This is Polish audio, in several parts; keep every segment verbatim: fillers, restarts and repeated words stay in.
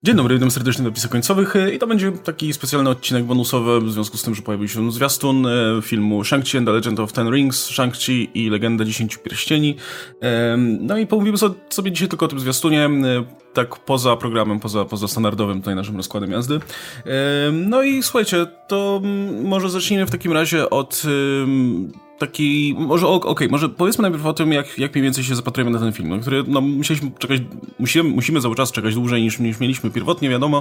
Dzień dobry, witam serdecznie do napisach końcowych i to będzie taki specjalny odcinek bonusowy w związku z tym, że pojawił się zwiastun filmu Shang-Chi and the Legend of Ten Rings, Shang-Chi i Legenda Dziesięciu Pierścieni. No i pomówimy sobie dzisiaj tylko o tym zwiastunie, tak poza programem, poza, poza standardowym tutaj naszym rozkładem jazdy. No i słuchajcie, to może zacznijmy w takim razie od taki, może okej, okay, może powiedzmy najpierw o tym, jak, jak mniej więcej się zapatrujemy na ten film, no, który, no, musieliśmy czekać, musimy, musimy cały czas czekać dłużej niż, niż mieliśmy pierwotnie, wiadomo,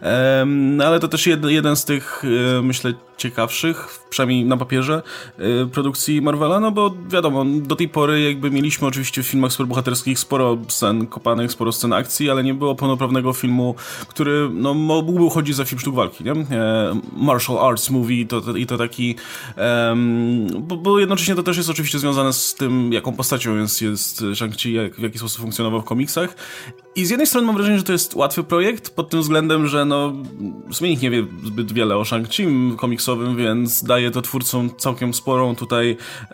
um, ale to też jed, jeden z tych, e, myślę, ciekawszych, przynajmniej na papierze, e, produkcji Marvela, no bo wiadomo, do tej pory jakby mieliśmy oczywiście w filmach superbohaterskich sporo scen kopanych, sporo scen akcji, ale nie było pełnoprawnego filmu, który, no, mógłby uchodzić za film sztuk walki, nie? E, martial arts movie to, to, i to taki, um, bo, bo jednocześnie to też jest oczywiście związane z tym, jaką postacią jest, jest Shang-Chi, jak, w jaki sposób funkcjonował w komiksach. I z jednej strony mam wrażenie, że to jest łatwy projekt, pod tym względem, że no, w sumie nikt nie wie zbyt wiele o Shang-Chi komiksowym, więc daje to twórcom całkiem sporą tutaj,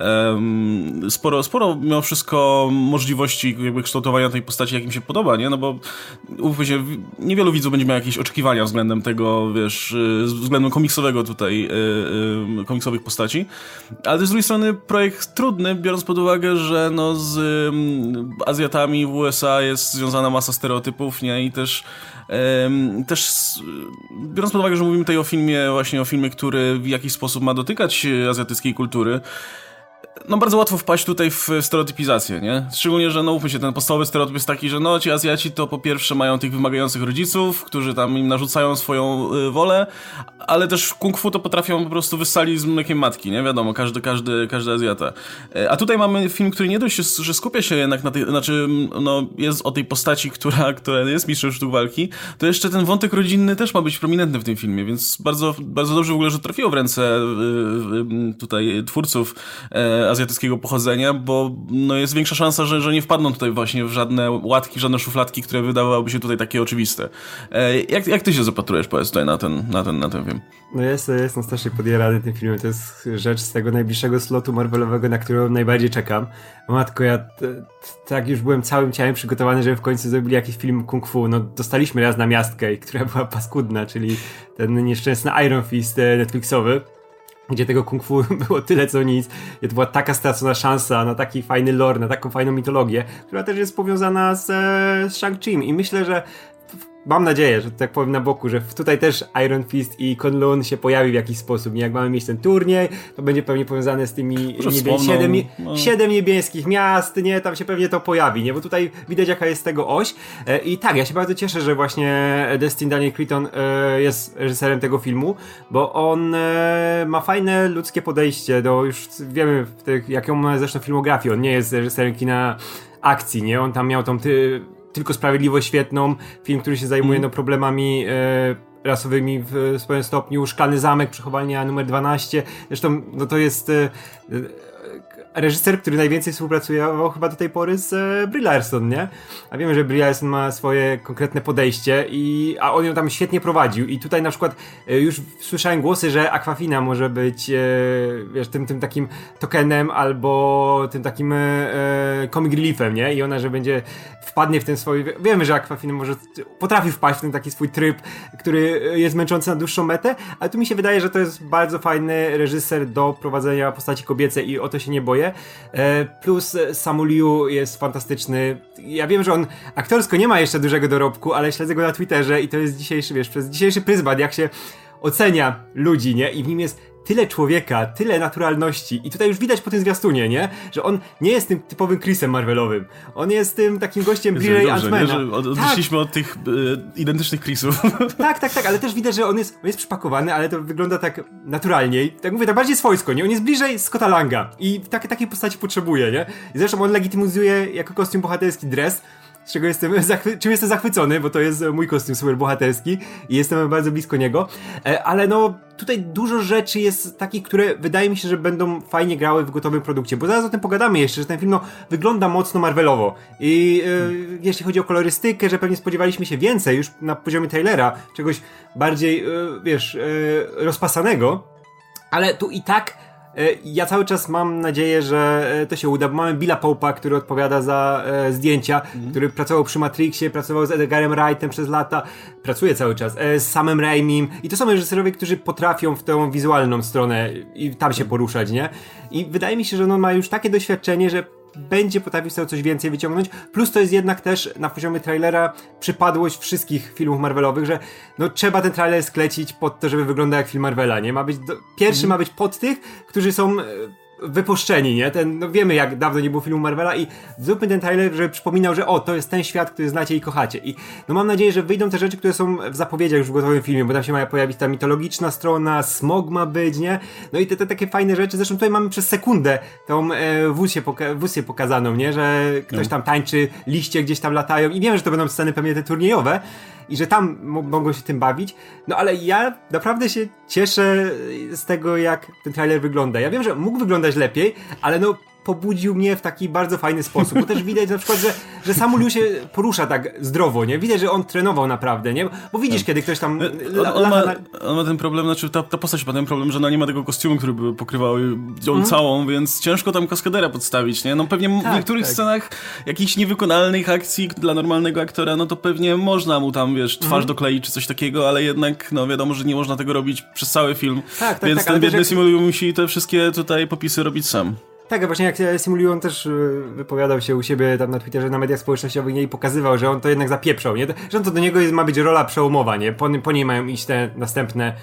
um, sporo, sporo mimo wszystko możliwości jakby kształtowania tej postaci, jak im się podoba, nie? No bo ufaj się, niewielu widzów będzie miał jakieś oczekiwania względem tego, wiesz, względem komiksowego tutaj, yy, yy, komiksowych postaci. Ale też z drugiej strony projekt trudny, biorąc pod uwagę, że no z yy, Azjatami w U S A jest związana masa stereotypów, nie? I też Ym, też biorąc pod uwagę, że mówimy tutaj o filmie, właśnie o filmie, który w jakiś sposób ma dotykać azjatyckiej kultury, no bardzo łatwo wpaść tutaj w stereotypizację, nie? Szczególnie, że no ufmy się, ten podstawowy stereotyp jest taki, że no ci Azjaci to po pierwsze mają tych wymagających rodziców, którzy tam im narzucają swoją y, wolę, ale też kung fu to potrafią po prostu wysalić z mlekiem matki, nie? Wiadomo, każdy, każdy, każdy Azjata. Y, a tutaj mamy film, który nie dość, że skupia się jednak na tej, znaczy, no jest o tej postaci, która, która jest mistrzem sztuk walki, to jeszcze ten wątek rodzinny też ma być prominentny w tym filmie, więc bardzo, bardzo dobrze w ogóle, że trafiło w ręce y, y, tutaj twórców y, azjatyckiego pochodzenia, bo no jest większa szansa, że, że nie wpadną tutaj właśnie w żadne łatki, w żadne szufladki, które wydawałyby się tutaj takie oczywiste. E, jak, jak ty się zapatrujesz, powiedz tutaj na ten, na ten, na ten film? No jest, jestem strasznie podjarany tym filmem. To jest rzecz z tego najbliższego slotu Marvelowego, na którą najbardziej czekam. Matko, ja t, t, tak już byłem całym ciałem przygotowany, żeby w końcu zrobili jakiś film kung fu. No dostaliśmy raz na miastkę, która była paskudna, czyli ten nieszczęsny Iron Fist Netflixowy, gdzie tego kung fu było tyle co nic. I to była taka stracona szansa na taki fajny lore, na taką fajną mitologię, która też jest powiązana z, z Shang-Chi'm. I myślę, że mam nadzieję, że tak powiem na boku, że tutaj też Iron Fist i Kunlun się pojawi w jakiś sposób. Nie, jak mamy mieć ten turniej, to będzie pewnie powiązane z tymi niebie- siedem, no. siedem niebieskich miast, nie? Tam się pewnie to pojawi, nie? Bo tutaj widać, jaka jest tego oś. I tak, ja się bardzo cieszę, że właśnie Destin Daniel Cretton jest reżyserem tego filmu, bo on ma fajne ludzkie podejście do, już wiemy, w tych, jaką ma zresztą filmografię. On nie jest reżyserem kina akcji, nie? On tam miał tą ty Tylko Sprawiedliwość świetną, film, który się zajmuje mm. no, problemami e, rasowymi w swoim stopniu, Szklany Zamek, Przechowalnia numer dwanaście. Zresztą no, to jest e, reżyser, który najwięcej współpracował chyba do tej pory z e, Brie Larson, nie? A wiemy, że Brie Larson ma swoje konkretne podejście, i, a on ją tam świetnie prowadził. I tutaj na przykład e, już słyszałem głosy, że Aquafina może być e, wiesz, tym, tym takim tokenem albo tym takim e, comic reliefem, nie? I ona, że będzie wpadnie w ten swój... Wiemy, że Aquafina może potrafi wpaść w ten taki swój tryb, który jest męczący na dłuższą metę, ale tu mi się wydaje, że to jest bardzo fajny reżyser do prowadzenia postaci kobiecej i o to się nie boję. Plus Simu Liu jest fantastyczny. Ja wiem, że on aktorsko nie ma jeszcze dużego dorobku, ale śledzę go na Twitterze i to jest dzisiejszy, wiesz, przez dzisiejszy pryzmat, jak się ocenia ludzi, nie? I w nim jest tyle człowieka, tyle naturalności. I tutaj już widać po tym zwiastunie, nie? Że on nie jest tym typowym Chrisem Marvelowym. On jest tym takim gościem bliżej Ant-Mana. Od, odeszliśmy tak. od tych e, identycznych Chrisów. Tak, tak, tak, ale też widać, że on jest, on jest przypakowany, ale to wygląda tak naturalniej. Tak mówię, tak bardziej swojsko, nie? On jest bliżej Scotta Langa i tak, takiej postaci potrzebuje, nie? I zresztą on legitymizuje jako kostium bohaterski dres, z czego jestem zachwy- czym jestem zachwycony, bo to jest mój kostium super bohaterski i jestem bardzo blisko niego, e, ale no tutaj dużo rzeczy jest takich, które wydaje mi się, że będą fajnie grały w gotowym produkcie, bo zaraz o tym pogadamy jeszcze, że ten film no, wygląda mocno Marvelowo i e, hmm. jeśli chodzi o kolorystykę, że pewnie spodziewaliśmy się więcej już na poziomie trailera, czegoś bardziej, e, wiesz, e, rozpasanego, ale tu i tak Ja cały czas mam nadzieję, że to się uda, bo mamy Billa Pope'a, który odpowiada za e, zdjęcia, mm. który pracował przy Matrixie, pracował z Edgarem Wrightem przez lata, pracuje cały czas, e, z Samem Raimim i to są reżyserowie, którzy potrafią w tę wizualną stronę i tam się poruszać, nie? I wydaje mi się, że on ma już takie doświadczenie, że będzie potrafił z tego coś więcej wyciągnąć, plus to jest jednak też na poziomie trailera przypadłość wszystkich filmów Marvelowych, że no trzeba ten trailer sklecić pod to, żeby wyglądał jak film Marvela, nie? Ma być do... Pierwszy mm. ma być pod tych, którzy są wypuszczeni, nie? Ten, no wiemy, jak dawno nie było filmu Marvela i zróbmy ten trailer, żeby przypominał, że o, to jest ten świat, który znacie i kochacie. I no mam nadzieję, że wyjdą te rzeczy, które są w zapowiedziach już w gotowym filmie, bo tam się ma pojawić ta mitologiczna strona, smog ma być, nie? No i te, te takie fajne rzeczy, zresztą tutaj mamy przez sekundę tą e, wózję, poka- wózję pokazaną, nie? Że ktoś tam tańczy, liście gdzieś tam latają i wiem, że to będą sceny pewnie te turniejowe, i że tam m- mogą się tym bawić, no ale ja naprawdę się cieszę z tego, jak ten trailer wygląda. Ja wiem, że mógł wyglądać lepiej, ale no pobudził mnie w taki bardzo fajny sposób, bo też widać na przykład, że, że Samu Liu się porusza tak zdrowo, nie? Widać, że on trenował naprawdę, nie? Bo widzisz, tak. kiedy ktoś tam... La, on, on, ma, na... on ma ten problem, znaczy ta, ta postać ma ten problem, że ona nie ma tego kostiumu, który by pokrywał ją mm. całą, więc ciężko tam kaskadera podstawić, nie? No pewnie tak, w niektórych tak. scenach jakichś niewykonalnych akcji dla normalnego aktora, no to pewnie można mu tam, wiesz, twarz mm. dokleić czy coś takiego, ale jednak, no wiadomo, że nie można tego robić przez cały film, tak, tak, więc tak, ten biedny jak... Simu Liu musi te wszystkie tutaj popisy robić sam. Tak, a właśnie jak Simu Liu, on też wypowiadał się u siebie tam na Twitterze, na mediach społecznościowych, nie, i pokazywał, że on to jednak zapieprzał, nie? Że on to do niego jest, ma być rola przełomowa, nie? Po, po niej mają iść te następne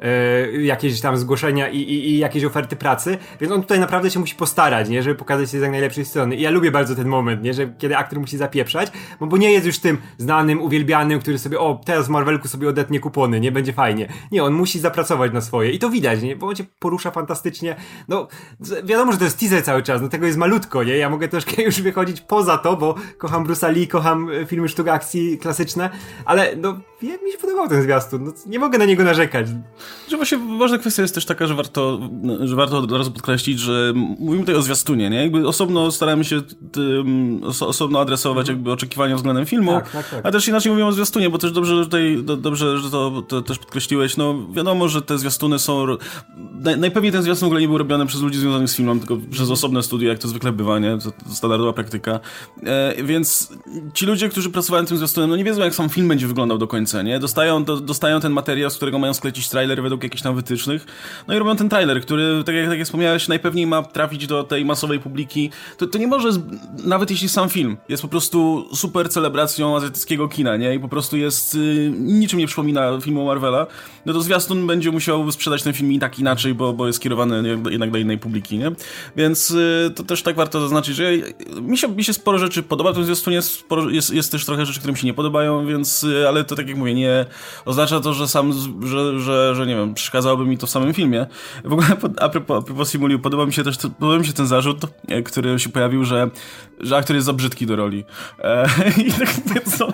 e, jakieś tam zgłoszenia i, i, i jakieś oferty pracy, więc on tutaj naprawdę się musi postarać, nie? Żeby pokazać się z jak najlepszej strony. I ja lubię bardzo ten moment, nie? Że kiedy aktor musi zapieprzać, bo, bo nie jest już tym znanym, uwielbianym, który sobie, o, teraz w Marvelku sobie odetnie kupony, nie? Będzie fajnie. Nie, on musi zapracować na swoje i to widać, nie? Bo on się porusza fantastycznie. No, wiadomo, że to jest teaser cały czas, no tego jest malutko, nie? Ja mogę troszkę już wychodzić poza to, bo kocham Bruce'a Lee, kocham filmy sztuk akcji klasyczne, ale no, mi się podobał ten zwiastun, no, nie mogę na niego narzekać. Że właśnie ważna kwestia jest też taka, że warto, że warto od razu podkreślić, że mówimy tutaj o zwiastunie, nie? Jakby osobno staramy się tym, oso, osobno adresować jakby oczekiwania względem filmu, tak, tak, tak. a też inaczej mówimy o zwiastunie, bo też dobrze, że tutaj, do, dobrze, że to, to też podkreśliłeś, no wiadomo, że te zwiastuny są, naj, najpewniej ten zwiastun w ogóle nie był robiony przez ludzi związanych z filmem, tylko przez osobne studia, jak to zwykle bywa, nie? To, to standardowa praktyka. E, więc ci ludzie, którzy pracowali nad tym zwiastunem, no nie wiedzą, jak sam film będzie wyglądał do końca, nie? Dostają, do, dostają ten materiał, z którego mają sklecić trailer według jakichś tam wytycznych, no i robią ten trailer, który, tak jak, tak jak wspomniałeś, najpewniej ma trafić do tej masowej publiki. To, to nie może, nawet jeśli sam film jest po prostu super celebracją azjatyckiego kina, nie? I po prostu jest, y, niczym nie przypomina filmu Marvela, no to zwiastun będzie musiał sprzedać ten film i tak inaczej, bo, bo jest kierowany jednak do innej publiki, nie? Więc y, to też tak warto zaznaczyć, że mi się, mi się sporo rzeczy podoba w tym zwiastunie, sporo, jest, jest też trochę rzeczy, które mi się nie podobają, więc, y, ale to tak jak mówię, nie oznacza to, że sam, że, że, że nie wiem, przeszkadzałoby mi to w samym filmie. W ogóle a propos, a propos Simu Liu, podoba mi się też podoba mi się ten zarzut, który się pojawił, że, że aktor jest za brzydki do roli. E, I tak mówię, co?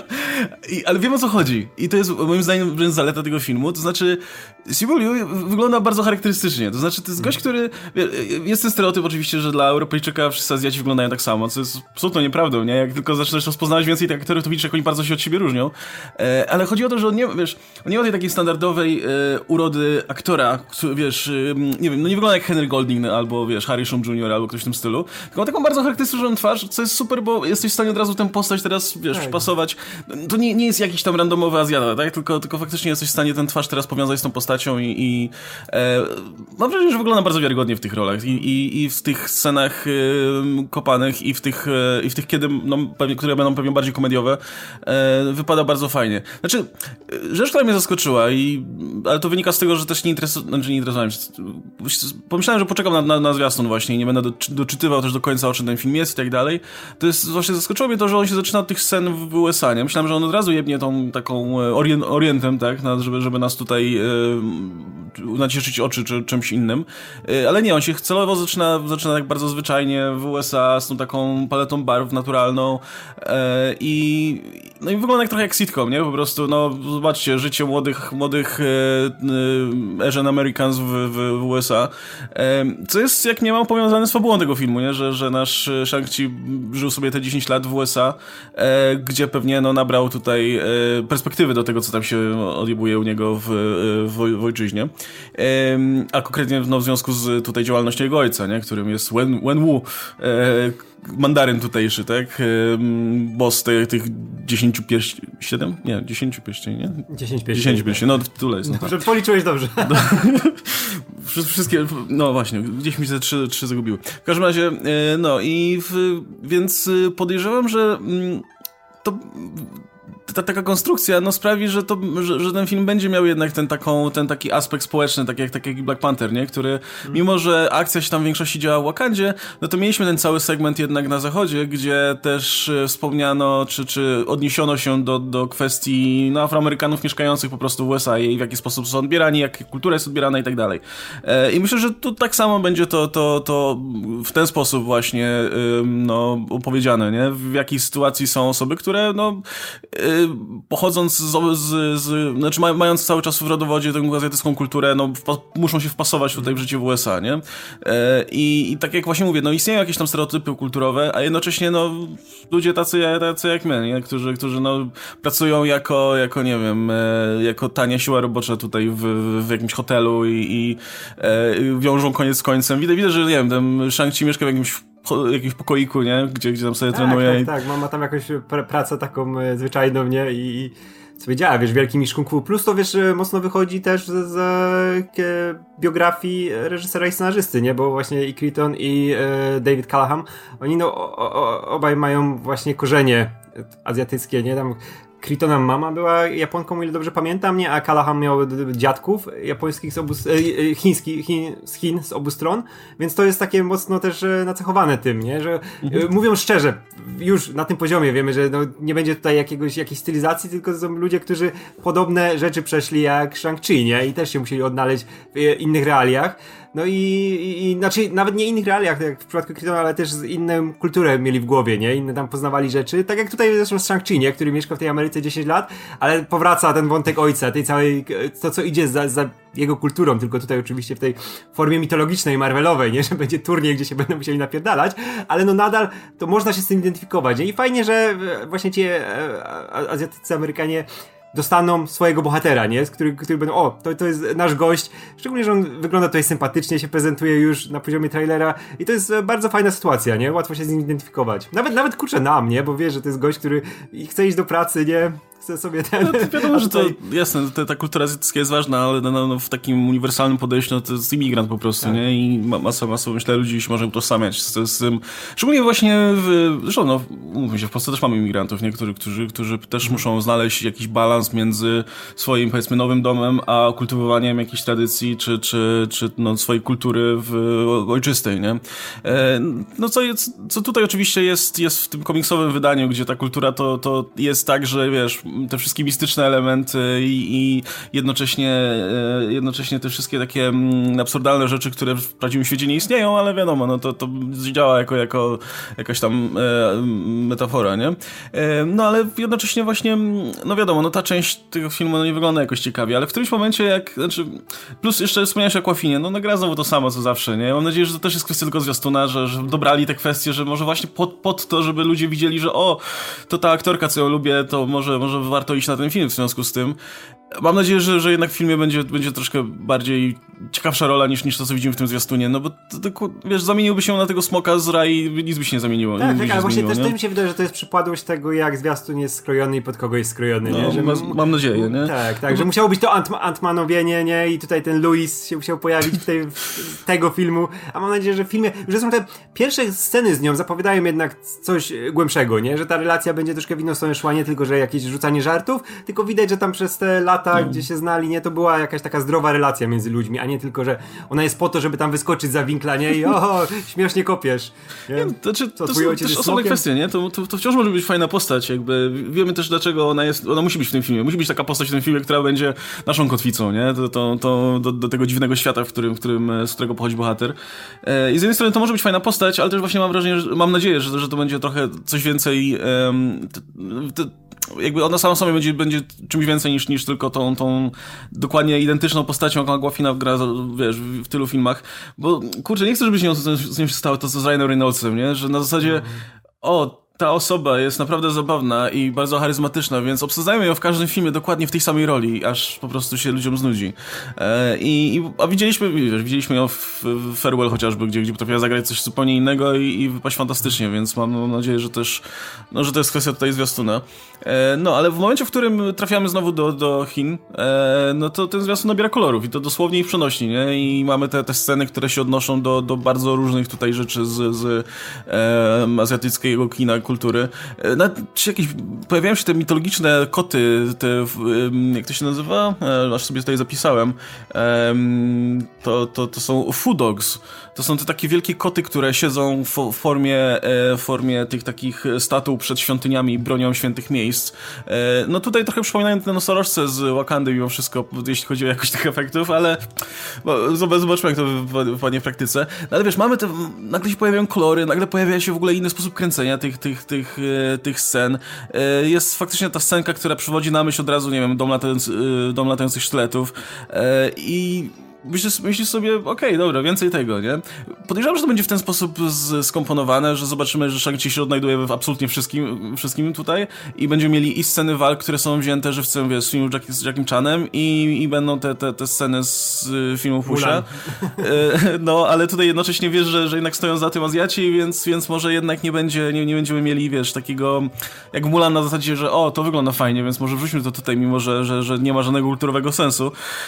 I, ale wiem, o co chodzi. I to jest moim zdaniem wręcz zaleta tego filmu. To znaczy Simu Liu wygląda bardzo charakterystycznie. To znaczy to jest gość, który... Jest ten stereotyp oczywiście, że dla Europejczyka wszyscy Azjaci wyglądają tak samo, co jest absolutnie nieprawdą, nie? Jak tylko zaczynasz rozpoznawać więcej tych aktorów, to widzisz, jak oni bardzo się od siebie różnią. E, ale chodzi o to, że on nie, wiesz, on nie ma tej takiej standardowej e, urody aktora, który, wiesz, e, nie wiem, no nie wygląda jak Henry Golding albo, wiesz, Harry Shum junior albo ktoś w tym stylu, tylko ma taką bardzo charakterystyczną twarz, co jest super, bo jesteś w stanie od razu tę postać teraz, wiesz, tak. pasować. To nie, nie jest jakiś tam randomowy Azjata, tak? Tylko, tylko faktycznie jesteś w stanie tę twarz teraz powiązać z tą postacią i, i e, mam wrażenie, że wygląda bardzo wiarygodnie w tych rolach i, i, i w tych scenach e, kopanych i w tych, e, i w tych kiedy, no, pewnie, które będą pewnie bardziej komediowe, e, wypada bardzo fajnie. Znaczy, rzecz, która mnie zaskoczyła, i, ale to wynika z tego, że też nie, interesu, znaczy nie interesowałem się. Pomyślałem, że poczekam na, na, na zwiastun właśnie, nie będę do, doczytywał też do końca, o czym ten film jest i tak dalej. To jest właśnie zaskoczyło mnie to, że on się zaczyna od tych scen w U S A, nie? Myślałem, że on od razu jebnie tą taką orient, orientem, tak? Żeby, żeby nas tutaj e, nacieszyć oczy czy czymś innym. E, ale nie, on się celowo zaczyna, zaczyna tak bardzo zwyczajnie w U S A z tą taką paletą barw naturalną e, i no i wygląda jak trochę jak sitcom, nie? Po prostu, no zobaczcie, życie młodych, młodych e, e, Asian Americans w, w, w U S A. E, co jest, jak nie mam, powiązane z fabułą tego filmu, nie? Że, że nasz Shang-Chi żył sobie te dziesięć lat w U S A, e, gdzie pewnie no, nabrał tutaj e, perspektywy do tego, co tam się odjebuje u niego w, w, w ojczyźnie. A konkretnie no, w związku z tutaj działalnością jego ojca, nie? Którym jest Wen, Wen Wu, mandaryn tutejszy, tak? Boss tych, tych dziesięciu pierścieni, siedem? Nie, dziesięciu pierścieni, nie? Dziesięć pierścieni. Dziesięciu pierścieni, no w tytule jest. No, no, tak. Policzyłeś dobrze. Wszystkie, no właśnie, gdzieś mi się te trzy, trzy zagubiły. W każdym razie, no i w, więc podejrzewam, że to ta taka konstrukcja no sprawi, że, to, że, że ten film będzie miał jednak ten, taką, ten taki aspekt społeczny, tak jak, tak jak Black Panther, nie? Który mm. mimo, że akcja się tam w większości działa w Wakandzie, no to mieliśmy ten cały segment jednak na zachodzie, gdzie też wspomniano, czy, czy odniesiono się do, do kwestii no, Afroamerykanów mieszkających po prostu w U S A i w jaki sposób są odbierani, jak kultura jest odbierana i tak dalej. I myślę, że tu tak samo będzie to, to, to w ten sposób właśnie no, opowiedziane, nie? W jakiej sytuacji są osoby, które no pochodząc z, z, z znaczy mając cały czas w rodowodzie tę azjatycką kulturę, no wpa- muszą się wpasować tutaj w życie w U S A, nie? E, i, I tak jak właśnie mówię, no istnieją jakieś tam stereotypy kulturowe, a jednocześnie no ludzie tacy, tacy jak my, nie? Którzy, którzy no pracują jako, jako nie wiem, e, jako tania siła robocza tutaj w, w jakimś hotelu i, i e, wiążą koniec z końcem. Widać, widać, że nie wiem, ten Shang-Chi mieszka w jakimś jakimś pokoiku, nie? Gdzie, gdzie tam sobie tak, trenuje. Tak, i... tak, ma tam jakąś pr- pracę taką e, zwyczajną, nie? I, i sobie działa, wiesz, wielki mistrz kung fu. Plus to, wiesz, mocno wychodzi też z, z e, biografii reżysera i scenarzysty, nie? Bo właśnie i Keaton i e, David Callahan, oni no o, o, obaj mają właśnie korzenie azjatyckie, nie? Tam Keatona mama była Japonką, o ile dobrze pamiętam, nie? A Callahan miał dziadków japońskich z obu, e, chińskich, Chin, z Chin z obu stron, więc to jest takie mocno też nacechowane tym, nie? Że mhm. mówią szczerze, już na tym poziomie wiemy, że no, nie będzie tutaj jakiegoś, jakiejś stylizacji, tylko to są ludzie, którzy podobne rzeczy przeszli jak Shang-Chi, nie? I też się musieli odnaleźć w innych realiach. No i, i, i znaczy nawet nie innych realiach, tak jak w przypadku Keatona, ale też inną kulturę mieli w głowie, nie? Inne tam poznawali rzeczy. Tak jak tutaj zresztą z Shang-Chi, nie? Który mieszka w tej Ameryce dziesięć lat, ale powraca ten wątek ojca, tej całej, to co idzie za, za jego kulturą, tylko tutaj oczywiście w tej formie mitologicznej, marvelowej, nie? Że będzie turniej, gdzie się będą musieli napierdalać, ale no nadal to można się z tym identyfikować, nie? I fajnie, że właśnie ci azjatycy Amerykanie dostaną swojego bohatera, nie? Który, który będą, o, to, to jest nasz gość. Szczególnie, że on wygląda tutaj sympatycznie, się prezentuje już na poziomie trailera i to jest bardzo fajna sytuacja, nie? Łatwo się z nim identyfikować. Nawet, nawet kurczę nam, nie? Bo wiesz, że to jest gość, który chce iść do pracy, nie? Chce sobie ten... No, to wiadomo, że to, jasne, to, ta kultura azjatycka jest ważna, ale no, no, w takim uniwersalnym podejściu no, to jest imigrant po prostu, tak. Nie? I masa, masa, myślę, ludzi się może utożsamiać z, z tym. Szczególnie właśnie w... Zresztą, no, mówmy się, w Polsce też mamy imigrantów, nie? Którzy, którzy, którzy też muszą znaleźć jakiś balans między swoim, powiedzmy, nowym domem, a kultywowaniem jakiejś tradycji, czy, czy, czy no, swojej kultury w, ojczystej, nie? E, no co, co tutaj oczywiście jest, jest w tym komiksowym wydaniu, gdzie ta kultura to, to jest tak, że wiesz, te wszystkie mistyczne elementy i, i jednocześnie, jednocześnie te wszystkie takie absurdalne rzeczy, które w prawdziwym świecie nie istnieją, ale wiadomo, no to, to działa jako, jako jakaś tam e, metafora, nie? E, no ale jednocześnie właśnie, no wiadomo, no ta część tego filmu no, nie wygląda jakoś ciekawie, ale w którymś momencie jak, znaczy, plus jeszcze wspomniałeś o Aquafinie, no nagra znowu to samo, co zawsze, nie? Mam nadzieję, że to też jest kwestia tylko zwiastuna, że, że dobrali te kwestie, że może właśnie pod, pod to, żeby ludzie widzieli, że o, to ta aktorka, co ją lubię, to może, może warto iść na ten film w związku z tym. Mam nadzieję, że, że jednak w filmie będzie, będzie troszkę bardziej ciekawsza rola niż, niż to, co widzimy w tym zwiastunie, no bo to, to, wiesz, zamieniłby się na tego smoka z Rai i nic by się nie zamieniło. Tak, tak, ale właśnie zmieniło, też to mi się wydaje, że to jest przypadłość tego, jak zwiastun jest skrojony i pod kogo jest skrojony, no, nie? Że ma, mam nadzieję, nie? Tak, tak, no, że musiało być to Ant- Ant-Manowienie, nie? I tutaj ten Louis się musiał pojawić w, tej, w tego filmu, a mam nadzieję, że w filmie, że są te pierwsze sceny z nią zapowiadają jednak coś głębszego, nie? Że ta relacja będzie troszkę w inną stronę szła, nie tylko, że jakieś rzucanie żartów, tylko widać, że tam przez te lata, no. gdzie się znali, nie? To była jakaś taka zdrowa relacja między ludźmi, a nie tylko, że ona jest po to, żeby tam wyskoczyć za winkla, nie? I o, śmiesznie kopiesz. Nie? Nie, to, czy, Co, to są też osobne kwestie, nie? To, to, to wciąż może być fajna postać, jakby wiemy też, dlaczego ona jest, ona musi być w tym filmie. Musi być taka postać w tym filmie, która będzie naszą kotwicą, nie? To, to, to do, do tego dziwnego świata, w którym, w którym, z którego pochodzi bohater. I z jednej strony to może być fajna postać, ale też właśnie mam wrażenie, że, mam nadzieję, że, że to będzie trochę coś więcej um, to, to, jakby ona sama sobie będzie, będzie czymś więcej niż, niż tylko tą, tą dokładnie identyczną postacią, jaką Aquafina gra, wiesz, w tylu filmach, bo kurczę, nie chcę, żeby się z nią się stało to, co z Ryanem Reynoldsem, nie? Że na zasadzie o, ta osoba jest naprawdę zabawna i bardzo charyzmatyczna, więc obsadzajmy ją w każdym filmie dokładnie w tej samej roli, aż po prostu się ludziom znudzi. E, i, a widzieliśmy, wiesz, widzieliśmy ją w, w Farewell chociażby, gdzie, gdzie potrafiła zagrać coś zupełnie innego i, i wypaść fantastycznie, więc mam nadzieję, że też, no, że to jest kwestia tutaj zwiastuna. E, no, ale w momencie, w którym trafiamy znowu do, do Chin, e, no to ten zwiastun nabiera kolorów i to dosłownie ich przenosi, nie? I mamy te, te sceny, które się odnoszą do, do bardzo różnych tutaj rzeczy z, z e, azjatyckiego kina, kultury. Nawet jakieś, pojawiają się te mitologiczne koty, te, jak to się nazywa? Aż sobie tutaj zapisałem. To, to, to są Foodogs. To są te takie wielkie koty, które siedzą w formie, w formie tych takich statuł przed świątyniami i bronią świętych miejsc. No tutaj trochę przypominają te nosorożce z Wakandy mimo wszystko, jeśli chodzi o jakość tych efektów, ale zobaczmy, jak to wypadnie w praktyce. No ale wiesz, mamy te, nagle się pojawiają kolory, nagle pojawia się w ogóle inny sposób kręcenia tych, tych, tych, tych scen. Jest faktycznie ta scenka, która przywodzi na myśl od razu, nie wiem, dom, latając, dom latających sztyletów i myślisz, myślisz sobie, okej, okay, dobra, więcej tego, nie? Podejrzewam, że to będzie w ten sposób z, skomponowane, że zobaczymy, że Shang-Chi się odnajduje w absolutnie wszystkim, wszystkim tutaj i będziemy mieli i sceny walk, które są wzięte żywcem, wiesz, z filmu Jack, z Jackiem Chanem i, i będą te, te, te sceny z filmu Pusha. No, ale tutaj jednocześnie wiesz, że, że jednak stoją za tym Azjaci, więc, więc może jednak nie będzie, nie, nie będziemy mieli, wiesz, takiego jak w Mulan na zasadzie, że o, to wygląda fajnie, więc może wrzućmy to tutaj, mimo że, że, że nie ma żadnego kulturowego sensu.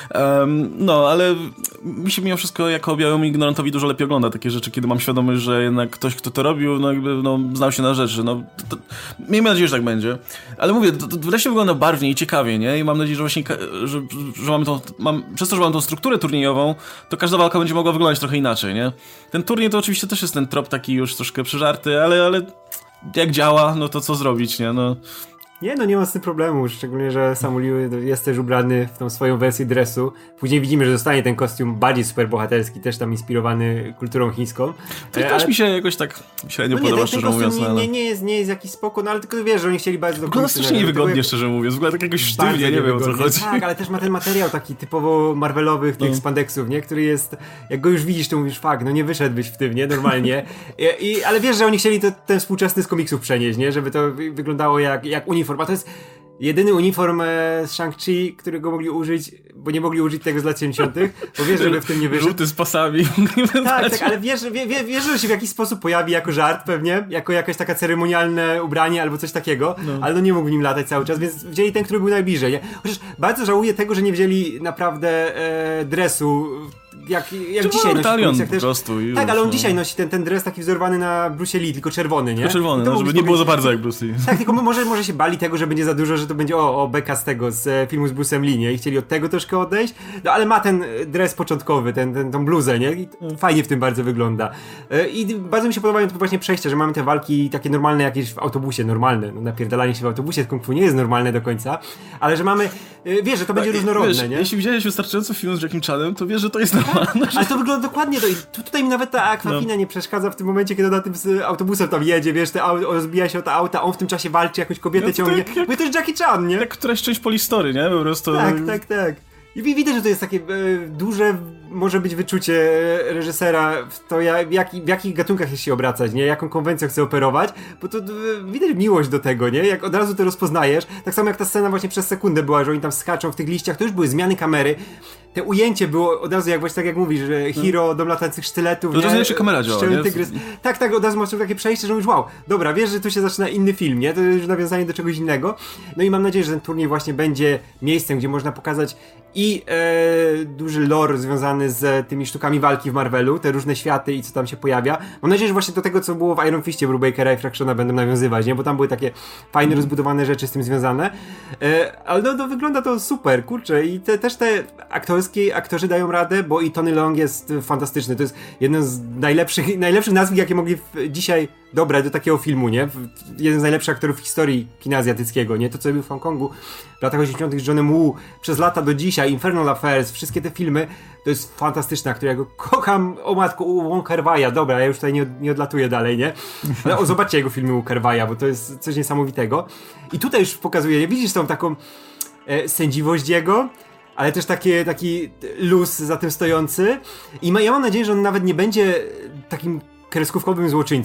Um, no, ale mi się mimo wszystko jako białemu ignorantowi dużo lepiej ogląda takie rzeczy, kiedy mam świadomość, że jednak ktoś, kto to robił, no jakby, no, znał się na rzeczy, no, to, to, miejmy nadzieję, że tak będzie. Ale mówię, to, to wreszcie wygląda barwnie i ciekawie, nie? I mam nadzieję, że właśnie, że, że mamy tą, mam, przez to, że mamy tą strukturę turniejową, to każda walka będzie mogła wyglądać trochę inaczej, nie? Ten turniej to oczywiście też jest ten trop taki już troszkę przeżarty, ale, ale jak działa, no to co zrobić, nie? No... Nie, no nie ma z tym problemu, szczególnie, że Simu Liu jest też ubrany w tą swoją wersję dresu. Później widzimy, że zostanie ten kostium bardziej superbohaterski, też tam inspirowany kulturą chińską. To też ale... mi się jakoś tak średnio no nie, podoba, ten, szczerze ten mówiąc. Nie, ale... nie, nie, jest, nie jest jakiś spoko, no ale tylko wiesz, że oni chcieli bardzo do Wygląda strasznie niewygodnie, jak... szczerze mówiąc. Wygląda tak jakoś sztywnie, nie wiem o co chodzi. Tak, ale też ma ten materiał taki typowo marvelowych tych no. spandexów, nie? Który jest, jak go już widzisz, to mówisz, fuck, no nie wyszedłbyś w tym, nie? Normalnie. I, i, ale wiesz, że oni chcieli to, ten współczesny z komiksów przenieść, nie? Żeby to wyglądało jak, jak uniform. A to jest jedyny uniform e, z Shang-Chi, którego mogli użyć, bo nie mogli użyć tego z lat siedemdziesiątych, bo wiesz, żeby w tym nie wyszedł. Żółty z pasami. Tak, tak, ale wiesz, wie, wie, wiesz, że się w jakiś sposób pojawi jako żart pewnie, jako jakaś taka ceremonialne ubranie albo coś takiego, no. Ale no nie mógł w nim latać cały czas, więc wzięli ten, który był najbliżej, nie? Chociaż bardzo żałuję tego, że nie wzięli naprawdę e, dresu jak, jak dzisiaj nosi po prostu już, tak, ale on no. dzisiaj nosi ten, ten dres taki wzorowany na Bruce Lee, tylko czerwony, nie? Tylko czerwony, no, żeby nie było za bardzo jak Bruce Lee. Tak, tylko może, może się bali tego, że będzie za dużo, że to będzie o, o beka z tego, z e, filmu z Bruce'em Lee, nie? I chcieli od tego troszkę odejść, no ale ma ten dres początkowy, ten, ten, tą bluzę, nie? I fajnie w tym bardzo wygląda. E, I bardzo mi się podobają to właśnie przejścia, że mamy te walki takie normalne jakieś w autobusie, normalne. No napierdalanie się w autobusie z kung fu nie jest normalne do końca, ale że mamy, e, wiesz, że to będzie tak, różnorodne, wiesz, nie? Jeśli widziałeś wystarczająco film z Jackiem Chanem, to wiesz, że to jest normalne. Ale to wygląda dokładnie to. I tu, tutaj mi nawet ta Aquafina no. nie przeszkadza w tym momencie, kiedy na tym z autobusem tam jedzie, wiesz, te au- rozbija się o to auta, on w tym czasie walczy, jakąś kobietę no ciągnie. Tak, jak, bo to jest Jackie Chan, nie? Jak któraś część Polistory, nie? Po prostu. Tak, tak, tak. I widać, że to jest takie e, duże, może być wyczucie reżysera w to, jak, jak, w jakich gatunkach chce się obracać, nie? Jaką konwencją chce operować, bo to e, widać miłość do tego, nie? Jak od razu to rozpoznajesz. Tak samo jak ta scena właśnie przez sekundę była, że oni tam skaczą w tych liściach, to już były zmiany kamery. Te ujęcie było od razu, jak właśnie tak jak mówisz, że hero, dom latających sztyletów, to nie? To kamera działa, nie? Tygrys. Tak, tak, od razu masz takie przejście, że mówisz, wow, dobra, wiesz, że tu się zaczyna inny film, nie? To już nawiązanie do czegoś innego. No i mam nadzieję, że ten turniej właśnie będzie miejscem, gdzie można pokazać i e, duży lore związany z tymi sztukami walki w Marvelu, te różne światy i co tam się pojawia. Mam nadzieję, że właśnie do tego, co było w Iron Fistie, Brubakera i Fractiona będą nawiązywać, nie? Bo tam były takie fajne, mm. rozbudowane rzeczy z tym związane. E, ale no, no wygląda to super, kurczę. I te, też te aktorskie, aktorzy dają radę, bo i Tony Leung jest fantastyczny. To jest jeden z najlepszych, najlepszych nazwisk, jakie mogli w, dzisiaj dobrać do takiego filmu, nie? Jeden z najlepszych aktorów w historii kina azjatyckiego, nie? To, co był w Hongkongu w latach osiemdziesiątych z Johnem Woo, przez lata do dzisiaj, Infernal Affairs, wszystkie te filmy, to jest fantastyczny aktor, ja go kocham, o matko, u Wong Kar-wai'a, dobra, ja już tutaj nie, nie odlatuję dalej, nie? Ale o, zobaczcie jego filmy u Kar-wai'a, bo to jest coś niesamowitego. I tutaj już pokazuje, widzisz tą taką e, sędziwość jego, ale też takie, taki luz za tym stojący. I ma, ja mam nadzieję, że on nawet nie będzie takim kreskówkowym złoczyńcą,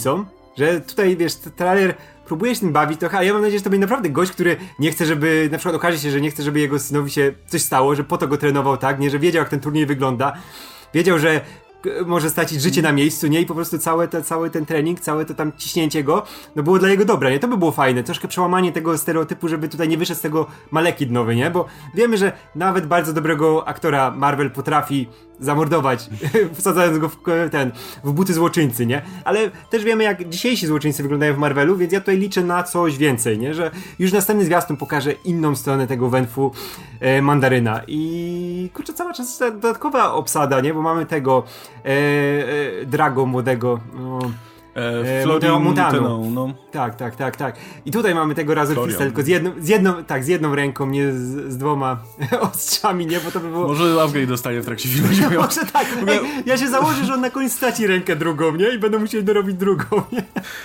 Że tutaj, wiesz, trailer próbuje się tym bawić trochę, ale ja mam nadzieję, że to będzie naprawdę gość, który nie chce, żeby, na przykład okaże się, że nie chce, żeby jego synowi się coś stało, że po to go trenował, tak, nie, że wiedział, jak ten turniej wygląda, wiedział, że może stracić życie na miejscu, nie? I po prostu całe te, cały ten trening, całe to tam ciśnięcie go, no było dla jego dobra, nie? To by było fajne, troszkę przełamanie tego stereotypu, żeby tutaj nie wyszedł z tego Malekith nowy, nie? Bo wiemy, że nawet bardzo dobrego aktora Marvel potrafi zamordować, wsadzając go w ten, w buty złoczyńcy, nie? Ale też wiemy, jak dzisiejsi złoczyńcy wyglądają w Marvelu, więc ja tutaj liczę na coś więcej, nie? Że już następny zwiastun pokaże inną stronę tego węfu e, Mandaryna i kurczę, cała czas dodatkowa obsada, nie? Bo mamy tego e, e, Drago młodego, no, E, Florian Munteanu, no. Tak, tak, tak, tak. I tutaj mamy tego Razorfista, tylko z jedną, z jedną, tak, z jedną ręką, nie z, z dwoma ostrzami, nie, bo to by było... Może upgrade dostanie w trakcie filmu. Może tak, Ej, ja się założę, że on na koniec straci rękę drugą, nie, i będą musieli dorobić drugą, nie.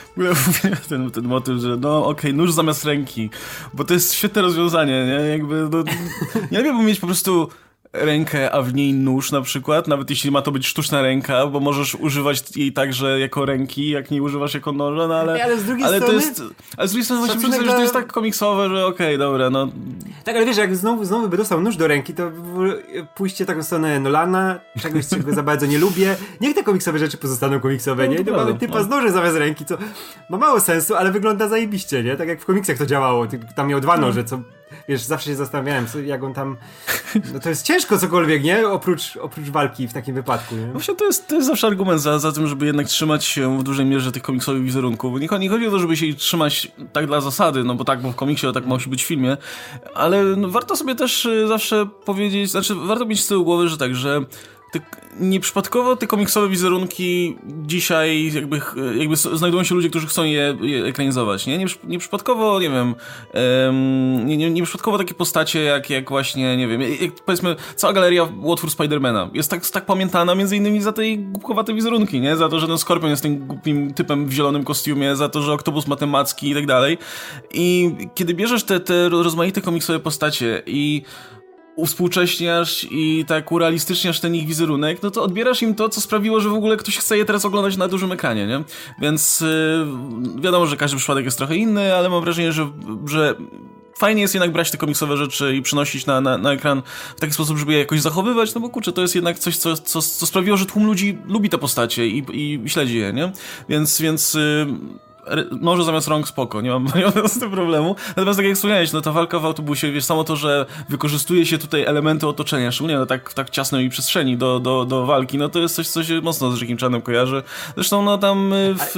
Ten, ten motyw, że no okej, okay, nóż zamiast ręki, bo to jest świetne rozwiązanie, nie, jakby, no, nie lepiej by mieć po prostu rękę, a w niej nóż na przykład, nawet jeśli ma to być sztuczna ręka, bo możesz używać jej także jako ręki, jak nie używasz jako noża, no ale... Ale z drugiej ale strony... To jest, ale z drugiej strony właśnie myślę, że to jest tak komiksowe, że okej, okay, dobra, no... Tak, ale wiesz, jak znowu, znowu by dostał nóż do ręki, to pójście taką stronę Nolana, czegoś, czego za bardzo nie lubię. Niech te komiksowe rzeczy pozostaną komiksowe, no, nie? To mamy typa no. z nożem zamiast ręki, co ma mało sensu, ale wygląda zajebiście, nie? Tak jak w komiksach to działało, tam miał dwa noże, co... Wiesz, zawsze się zastanawiałem, co, jak on tam... No to jest ciężko cokolwiek, nie? Oprócz, oprócz walki w takim wypadku, nie? Właśnie to jest, to jest zawsze argument za, za tym, żeby jednak trzymać się w dużej mierze tych komiksowych wizerunków. Nie, nie chodzi o to, żeby się ich trzymać tak dla zasady, no bo tak, bo w komiksie, tak musi być w filmie, ale no, warto sobie też zawsze powiedzieć, znaczy warto mieć z tyłu głowy, że tak, że te, nieprzypadkowo te komiksowe wizerunki dzisiaj jakby, jakby znajdują się ludzie, którzy chcą je, je ekranizować, nie? Nieprzypadkowo, nie wiem, um, nie, nie, nieprzypadkowo takie postacie jak, jak właśnie, nie wiem, jak, powiedzmy cała galeria Łotwór Spidermana jest tak, tak pamiętana między innymi za te głupkowate wizerunki, nie? Za to, że ten Skorpion jest tym głupim typem w zielonym kostiumie, za to, że Oktopus ma te macki i tak dalej. I kiedy bierzesz te, te rozmaite komiksowe postacie i uwspółcześniasz i tak urealistyczniasz ten ich wizerunek, no to odbierasz im to, co sprawiło, że w ogóle ktoś chce je teraz oglądać na dużym ekranie, nie? Więc yy, wiadomo, że każdy przypadek jest trochę inny, ale mam wrażenie, że, że fajnie jest jednak brać te komiksowe rzeczy i przynosić na, na, na ekran w taki sposób, żeby je jakoś zachowywać, no bo kurczę, to jest jednak coś, co, co, co sprawiło, że tłum ludzi lubi te postacie i, i śledzi je, nie? Więc, więc yy, noże zamiast rąk spoko, nie mam, nie mam z tym problemu. Natomiast tak jak wspomniałeś, no ta walka w autobusie, wiesz, samo to, że wykorzystuje się tutaj elementy otoczenia, szczególnie no, tak, w tak ciasnej przestrzeni do, do, do walki, no to jest coś, co się mocno z Jackiem Chanem kojarzy. Zresztą no tam w,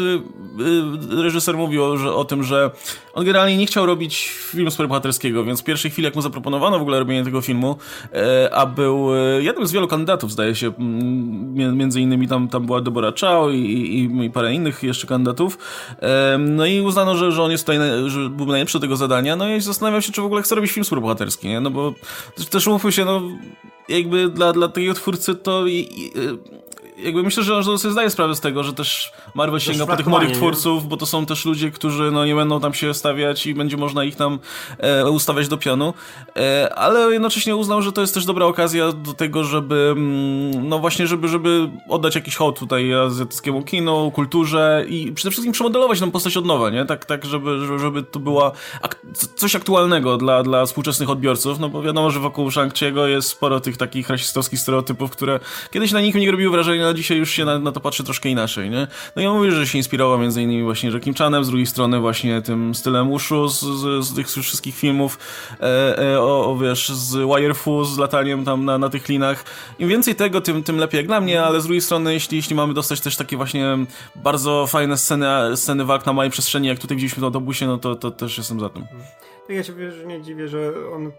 y, reżyser mówił że, o tym, że on generalnie nie chciał robić filmu superbohaterskiego, więc w pierwszej chwili, jak mu zaproponowano w ogóle robienie tego filmu, e, a był e, jednym z wielu kandydatów, zdaje się, m, między innymi tam, tam była Deborah Chow i, i, i parę innych jeszcze kandydatów, e, no i uznano, że, że on jest tutaj, że byłby najlepszy do tego zadania, no i zastanawiał się, czy w ogóle chce robić film superbohaterski, nie? No bo też umówmy się, no jakby dla, dla takiego twórcy to i, i, jakby myślę, że on sobie zdaje sprawę z tego, że też Marvel sięga po tych młodych twórców, nie? Bo to są też ludzie, którzy no nie będą tam się stawiać i będzie można ich tam e, ustawiać do pionu, e, ale jednocześnie uznał, że to jest też dobra okazja do tego, żeby mm, no właśnie, żeby, żeby oddać jakiś hołd tutaj azjatyckiemu kinu, kulturze i przede wszystkim przemodelować tą postać od nowa, nie? Tak, tak żeby, żeby, żeby to była ak- coś aktualnego dla, dla współczesnych odbiorców, no bo wiadomo, że wokół Shang-Chi'ego jest sporo tych takich rasistowskich stereotypów, które kiedyś na nikim nie robiły wrażenia, a dzisiaj już się na, na to patrzy troszkę inaczej, nie? No ja mówię, że się inspirował między innymi właśnie Jackiem Chanem, z drugiej strony właśnie tym stylem Wushu z, z, z tych wszystkich filmów e, e, o, o wiesz, z Wire Fu, z lataniem tam na, na tych linach. Im więcej tego, tym, tym lepiej jak dla mnie, ale z drugiej strony, jeśli, jeśli mamy dostać też takie właśnie bardzo fajne sceny, sceny walk na małej przestrzeni, jak tutaj widzieliśmy w autobusie, no to, to też jestem za tym. Tak, ja się nie dziwię, że on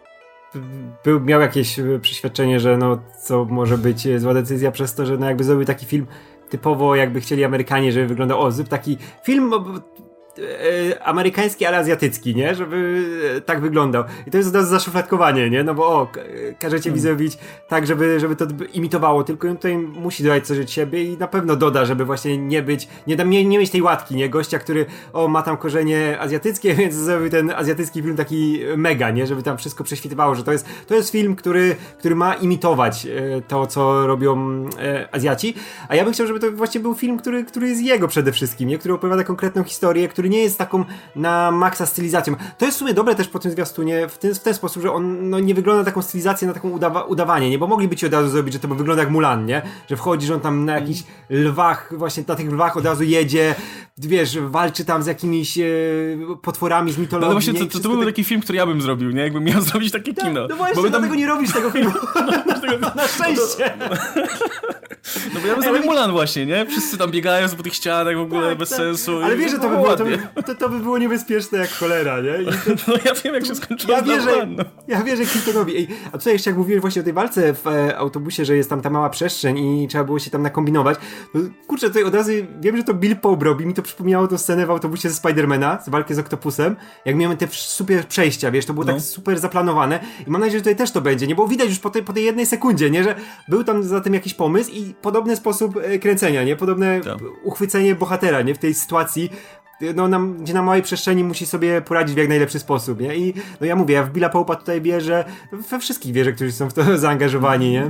był, miał jakieś przeświadczenie, że no co może być zła decyzja przez to, że no jakby zrobił taki film typowo jakby chcieli Amerykanie, żeby wyglądał o, taki film e, amerykański, ale azjatycki, nie? Żeby e, tak wyglądał. I to jest od razu zaszufladkowanie, nie? No bo o, k- każecie hmm. mi zrobić tak, żeby, żeby to imitowało, tylko on tutaj musi dodać coś od siebie i na pewno doda, żeby właśnie nie być, nie, nie, nie mieć tej łatki, nie? Gościa, który o, ma tam korzenie azjatyckie, więc zrobił ten azjatycki film taki mega, nie? Żeby tam wszystko prześwitywało, że to jest, to jest film, który, który ma imitować e, to, co robią e, Azjaci, a ja bym chciał, żeby to właśnie był film, który, który jest jego przede wszystkim, nie? Który opowiada konkretną historię, który nie jest taką na maksa stylizacją. To jest w sumie dobre też po tym zwiastunie w ten, w ten sposób, że on no, nie wygląda na taką stylizację, na taką udawa- udawanie, nie? Bo mogliby ci od razu zrobić, że to wygląda jak Mulan, nie? Że wchodzi, że on tam na jakichś lwach, właśnie na tych lwach od razu jedzie, wiesz, walczy tam z jakimiś e, potworami z mitologii. No właśnie, to, to, to był tak... taki film, który ja bym zrobił, nie? Jakbym miał zrobić takie tak, kino. No właśnie, dlatego tam... nie robisz tego filmu. Na szczęście. No, no bo ja bym zrobił Mulan właśnie, nie? Wszyscy tam biegają po tych ścianach w ogóle tak, bez tak. sensu. Ale wiesz, że to by, było, to, by, to, to by było niebezpieczne jak cholera, nie? I to... No ja wiem, jak się skończyło. Ja wierzę, no. ja wierzę Clintonowi. Ej, a tutaj jeszcze jak mówiłeś właśnie o tej walce w e, autobusie, że jest tam ta mała przestrzeń i trzeba było się tam nakombinować. No, kurczę, tutaj od razu wiem, że to Bill Pope robi. Mi to przypomniało tą scenę w autobusie ze Spidermana, z walki z Oktopusem. Jak miałem te super przejścia, wiesz, to było no. tak super zaplanowane. I mam nadzieję, że tutaj też to będzie, nie? Bo widać już po tej, po tej jednej sekundzie, nie? Że był tam za tym jakiś pomysł i podobny sposób e, kręcenia, nie? Podobne tak. uchwycenie bohatera, nie? W tej sytuacji, no, na, gdzie na małej przestrzeni musi sobie poradzić w jak najlepszy sposób, nie? I no ja mówię, ja w Billa Pope'a tutaj wierzę, we wszystkich wierzę, którzy są w to zaangażowani, nie?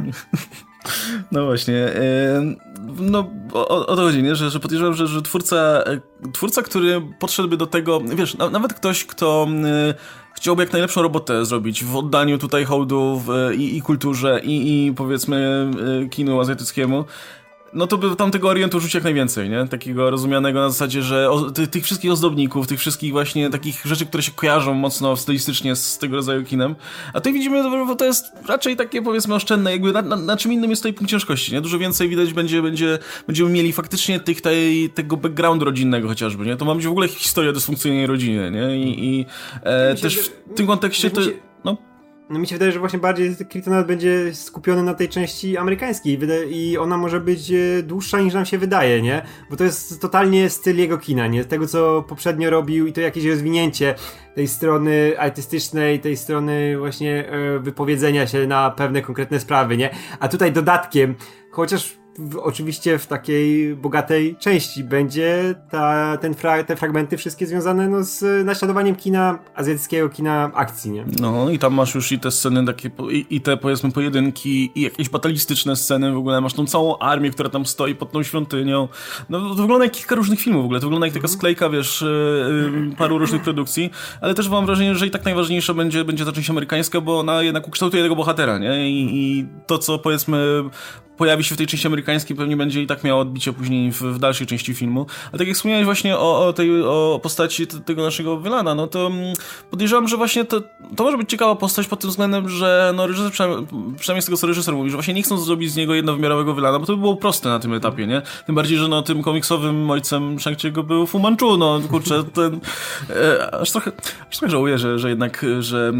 No właśnie, yy, no o, o to chodzi, nie? Że, że podejrzewam, że, że twórca, twórca, który podszedłby do tego, wiesz, na, nawet ktoś, kto yy, chciałby jak najlepszą robotę zrobić w oddaniu tutaj hołdu w, i, i kulturze, i, i powiedzmy yy, kinu azjatyckiemu, no to by tam tego Orientu rzucić jak najwięcej, nie? Takiego rozumianego na zasadzie, że o, ty, tych wszystkich ozdobników, tych wszystkich właśnie takich rzeczy, które się kojarzą mocno stylistycznie z tego rodzaju kinem. A tutaj widzimy, że to jest raczej takie, powiedzmy, oszczędne, jakby na, na, na czym innym jest tutaj punkt ciężkości, nie? Dużo więcej widać będzie, będzie będziemy mieli faktycznie tych, tej, tego backgroundu rodzinnego chociażby, nie? To ma być w ogóle historia dysfunkcyjnej rodziny, nie? I, i e, też w tym kontekście to... No. No mi się wydaje, że właśnie bardziej Kryptonite będzie skupiony na tej części amerykańskiej i ona może być dłuższa niż nam się wydaje, nie? Bo to jest totalnie styl jego kina, nie? Tego, co poprzednio robił i to jakieś rozwinięcie tej strony artystycznej, tej strony właśnie wypowiedzenia się na pewne konkretne sprawy, nie? A tutaj dodatkiem, chociaż W, oczywiście w takiej bogatej części będzie ta, ten fra, te fragmenty wszystkie związane no, z naśladowaniem kina azjatyckiego, kina akcji, nie? No i tam masz już i te sceny takie, i, i te powiedzmy pojedynki, i jakieś batalistyczne sceny w ogóle, masz tą całą armię, która tam stoi pod tą świątynią. No to wygląda jak kilka różnych filmów w ogóle, to wygląda jak taka sklejka, wiesz, yy, paru różnych produkcji, ale też mam wrażenie, że i tak najważniejsza będzie, będzie ta część amerykańska, bo ona jednak ukształtuje tego bohatera, nie? I, i to, co powiedzmy pojawi się w tej części amerykańskiej, pewnie będzie i tak miało odbicie później w, w dalszej części filmu. A tak jak wspomniałeś właśnie o, o tej o postaci t- tego naszego wylana, no to mm, podejrzewam, że właśnie to, to może być ciekawa postać pod tym względem, że no reżyser, przynajmniej, przynajmniej z tego co reżyser mówi, że właśnie nie chcą zrobić z niego jednowymiarowego wylana, bo to by było proste na tym etapie, nie? Tym bardziej, że no tym komiksowym ojcem Shang-Chi'ego był Fu Manchu, no kurczę, ten e, aż trochę aż trochę żałuję, że, że jednak, że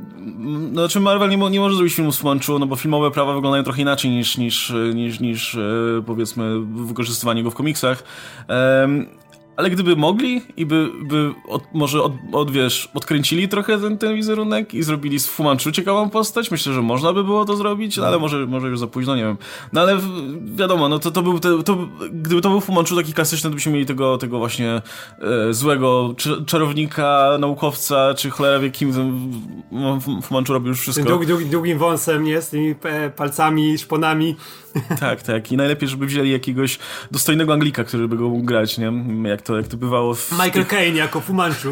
no znaczy Marvel nie, mo- nie może zrobić filmu z Fu Manchu, no bo filmowe prawa wyglądają trochę inaczej niż, niż niż, niż e, powiedzmy wykorzystywanie go w komiksach. Um, ale gdyby mogli i by, by od, może od, od, wiesz, odkręcili trochę ten, ten wizerunek i zrobili z Fu Manchu ciekawą postać, myślę, że można by było to zrobić, no, ale może, może już za późno, nie wiem. No ale wiadomo, no to, to był te, to, gdyby to był Fu Manchu taki klasyczny, to byśmy mieli tego, tego właśnie e, złego cz- czarownika, naukowca, czy cholera wie kim no, Fu Manchu robił już wszystko. Dług, dług, długim wąsem, nie? Z tymi palcami, szponami. Tak, tak. I najlepiej, żeby wzięli jakiegoś dostojnego Anglika, który by go mógł grać, nie? Jak to, jak to bywało w... Michael tych... Caine jako Fu Manchu.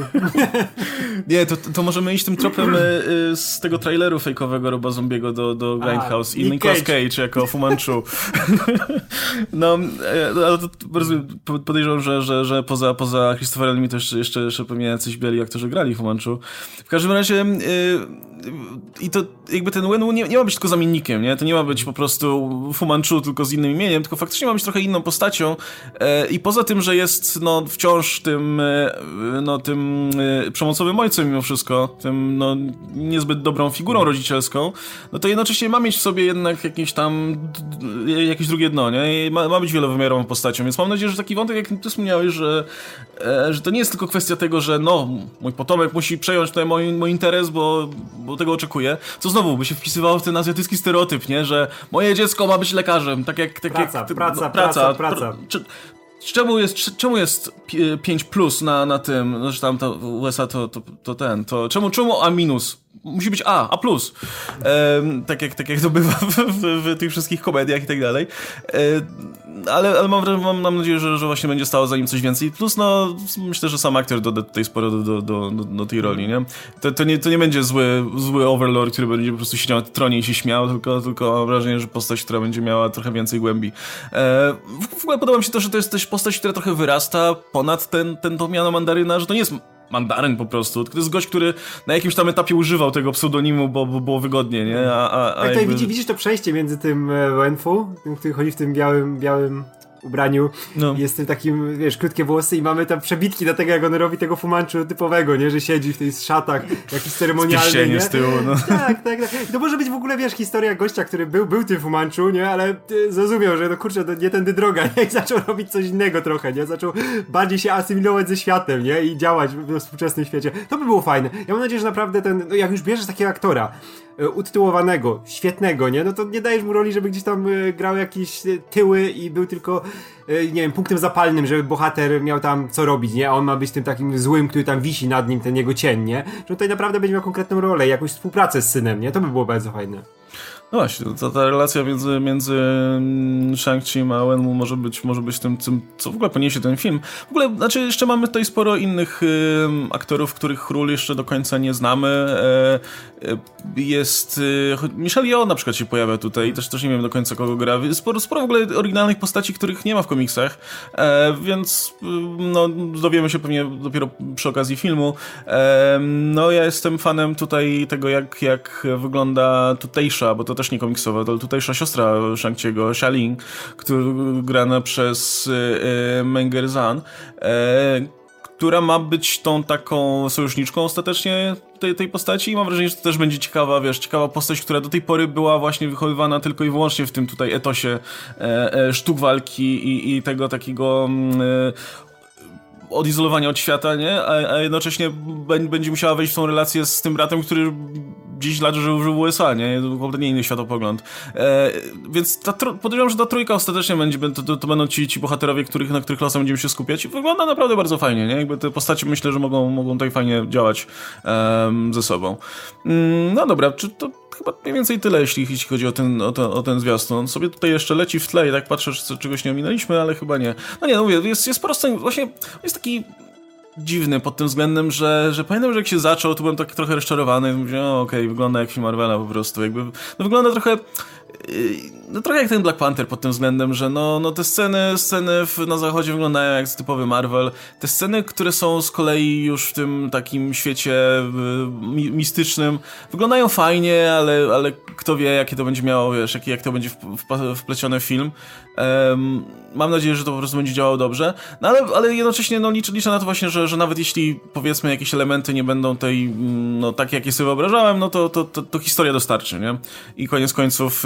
Nie, to, to możemy iść tym tropem y, z tego traileru fejkowego Roba Zombiego do, do Grindhouse A, i Nicolas Cage. Cage jako Fu Manchu. No, ale to podejrzewam, że, że, że poza, poza Christopherem Lee to jeszcze, jeszcze, jeszcze pewnie jacyś biali aktorzy grali Fu Manchu. W każdym razie y, i to jakby ten Wen Wu nie, nie ma być tylko zamiennikiem, nie? To nie ma być po prostu Fu Manchu tylko z innym imieniem, tylko faktycznie ma być trochę inną postacią e, i poza tym, że jest no wciąż tym e, no tym e, przemocowym ojcem mimo wszystko, tym no niezbyt dobrą figurą rodzicielską, no to jednocześnie ma mieć w sobie jednak jakieś tam jakieś drugie dno, nie? I ma, ma być wielowymiarową postacią, więc mam nadzieję, że taki wątek, jak ty wspomniałeś, że, e, że to nie jest tylko kwestia tego, że no, mój potomek musi przejąć tutaj mój, mój interes, bo, bo tego oczekuję, co znowu by się wpisywało w ten azjatycki stereotyp, nie? Że moje dziecko ma być lekarzem, tak jak... Tak praca, jak, praca, no, praca, praca, praca. Czy, Czemu jest, czemu jest pięć plus na, na tym, no, że tam to U S A to, to, to ten, to czemu, czemu A minus? Musi być A, A plus. Ehm, tak, jak, tak jak to bywa w, w, w tych wszystkich komediach i tak dalej. Ehm, ale ale mam, mam, mam nadzieję, że, że właśnie będzie stało za nim coś więcej. Plus, no, myślę, że sam aktor doda tutaj sporo do, do, do, do, do tej roli, nie? To, to nie? to nie będzie zły, zły overlord, który będzie po prostu siedział na tronie i się śmiał, tylko, tylko mam wrażenie, że postać, która będzie miała trochę więcej głębi. Ehm, w, w ogóle podoba mi się to, że to jest też postać, która trochę wyrasta ponad ten, ten tą miano mandaryna, że to nie jest mandaryn po prostu, tylko to jest gość, który na jakimś tam etapie używał tego pseudonimu, bo, bo było wygodnie, nie? A, a, a tak, jakby... tutaj widzisz, widzisz to przejście między tym Wenfu, tym, który chodzi w tym białym, białym ubraniu, no. Jest tym takim, wiesz, krótkie włosy i mamy tam przebitki do tego, jak on robi tego Fumanchu typowego, nie? Że siedzi w tych szatach jakiś ceremonialny, nie? Z tyłu, no. Tak, tak, tak. I to może być w ogóle, wiesz, historia gościa, który był, był tym Fumanchu, nie? Ale zrozumiał, że no kurczę, to nie tędy droga, nie? I zaczął robić coś innego trochę, nie? Zaczął bardziej się asymilować ze światem, nie? I działać we współczesnym świecie. To by było fajne. Ja mam nadzieję, że naprawdę ten, no jak już bierzesz takiego aktora, utytułowanego, świetnego, nie? No to nie dajesz mu roli, żeby gdzieś tam y, grał jakieś y, tyły i był tylko, y, nie wiem, punktem zapalnym, żeby bohater miał tam co robić, nie? A on ma być tym takim złym, który tam wisi nad nim, ten jego cień, nie? Że tutaj naprawdę będzie miał konkretną rolę, jakąś współpracę z synem, nie? To by było bardzo fajne. No właśnie, ta, ta relacja między, między Shang-Chi'm a Wenwu może być, może być tym, tym, co w ogóle poniesie ten film. W ogóle, znaczy jeszcze mamy tutaj sporo innych y, aktorów, których ról jeszcze do końca nie znamy. E, jest... Y, Michelle Yeoh na przykład się pojawia tutaj, też, też nie wiem do końca kogo gra. Sporo, sporo w ogóle oryginalnych postaci, których nie ma w komiksach, e, więc y, no, dowiemy się pewnie dopiero przy okazji filmu. E, no ja jestem fanem tutaj tego, jak, jak wygląda tutejsza, bo to też nie komiksowa, to tutejsza siostra Shang-Chi'ego, Xia-Ling, która grana przez e, Meng'er Zhan, e, która ma być tą taką sojuszniczką ostatecznie tej, tej postaci i mam wrażenie, że to też będzie ciekawa, wiesz, ciekawa postać, która do tej pory była właśnie wychowywana tylko i wyłącznie w tym tutaj etosie e, e, sztuk walki i, i tego takiego e, odizolowania od świata, nie? A, a jednocześnie będzie musiała wejść w tą relację z tym bratem, który dziesięć lat żył w U S A, nie? To kompletnie inny światopogląd. E, więc ta tro- podejrzewam, że ta trójka ostatecznie będzie, to, to, to będą ci, ci bohaterowie, których, na których losem będziemy się skupiać i wygląda naprawdę bardzo fajnie, nie? Jakby te postacie myślę, że mogą, mogą tutaj fajnie działać um, ze sobą. Mm, no dobra, czy to chyba mniej więcej tyle, jeśli, jeśli chodzi o ten, o, to, o ten zwiastun. On sobie tutaj jeszcze leci w tle i tak patrzę, czy czegoś nie ominęliśmy, ale chyba nie. No nie, no mówię, jest, jest po prostu, właśnie jest taki dziwny pod tym względem, że, że pamiętam, że jak się zaczął, to byłem tak trochę rozczarowany. Mówię, o okej, okay, wygląda jak film Marvela po prostu. Jakby, no wygląda trochę no trochę jak ten Black Panther pod tym względem, że no, no te sceny, sceny w, na zachodzie wyglądają jak typowy Marvel. Te sceny, które są z kolei już w tym takim świecie mi, mistycznym, wyglądają fajnie, ale, ale kto wie, jakie to będzie miało, wiesz, jak, jak to będzie w, w, wplecione w film. Um, mam nadzieję, że to po prostu będzie działało dobrze. No ale, ale jednocześnie no, liczę, liczę na to właśnie, że, że nawet jeśli powiedzmy jakieś elementy nie będą tej, no takie, jakie sobie wyobrażałem, no to, to, to, to historia dostarczy, nie? I koniec końców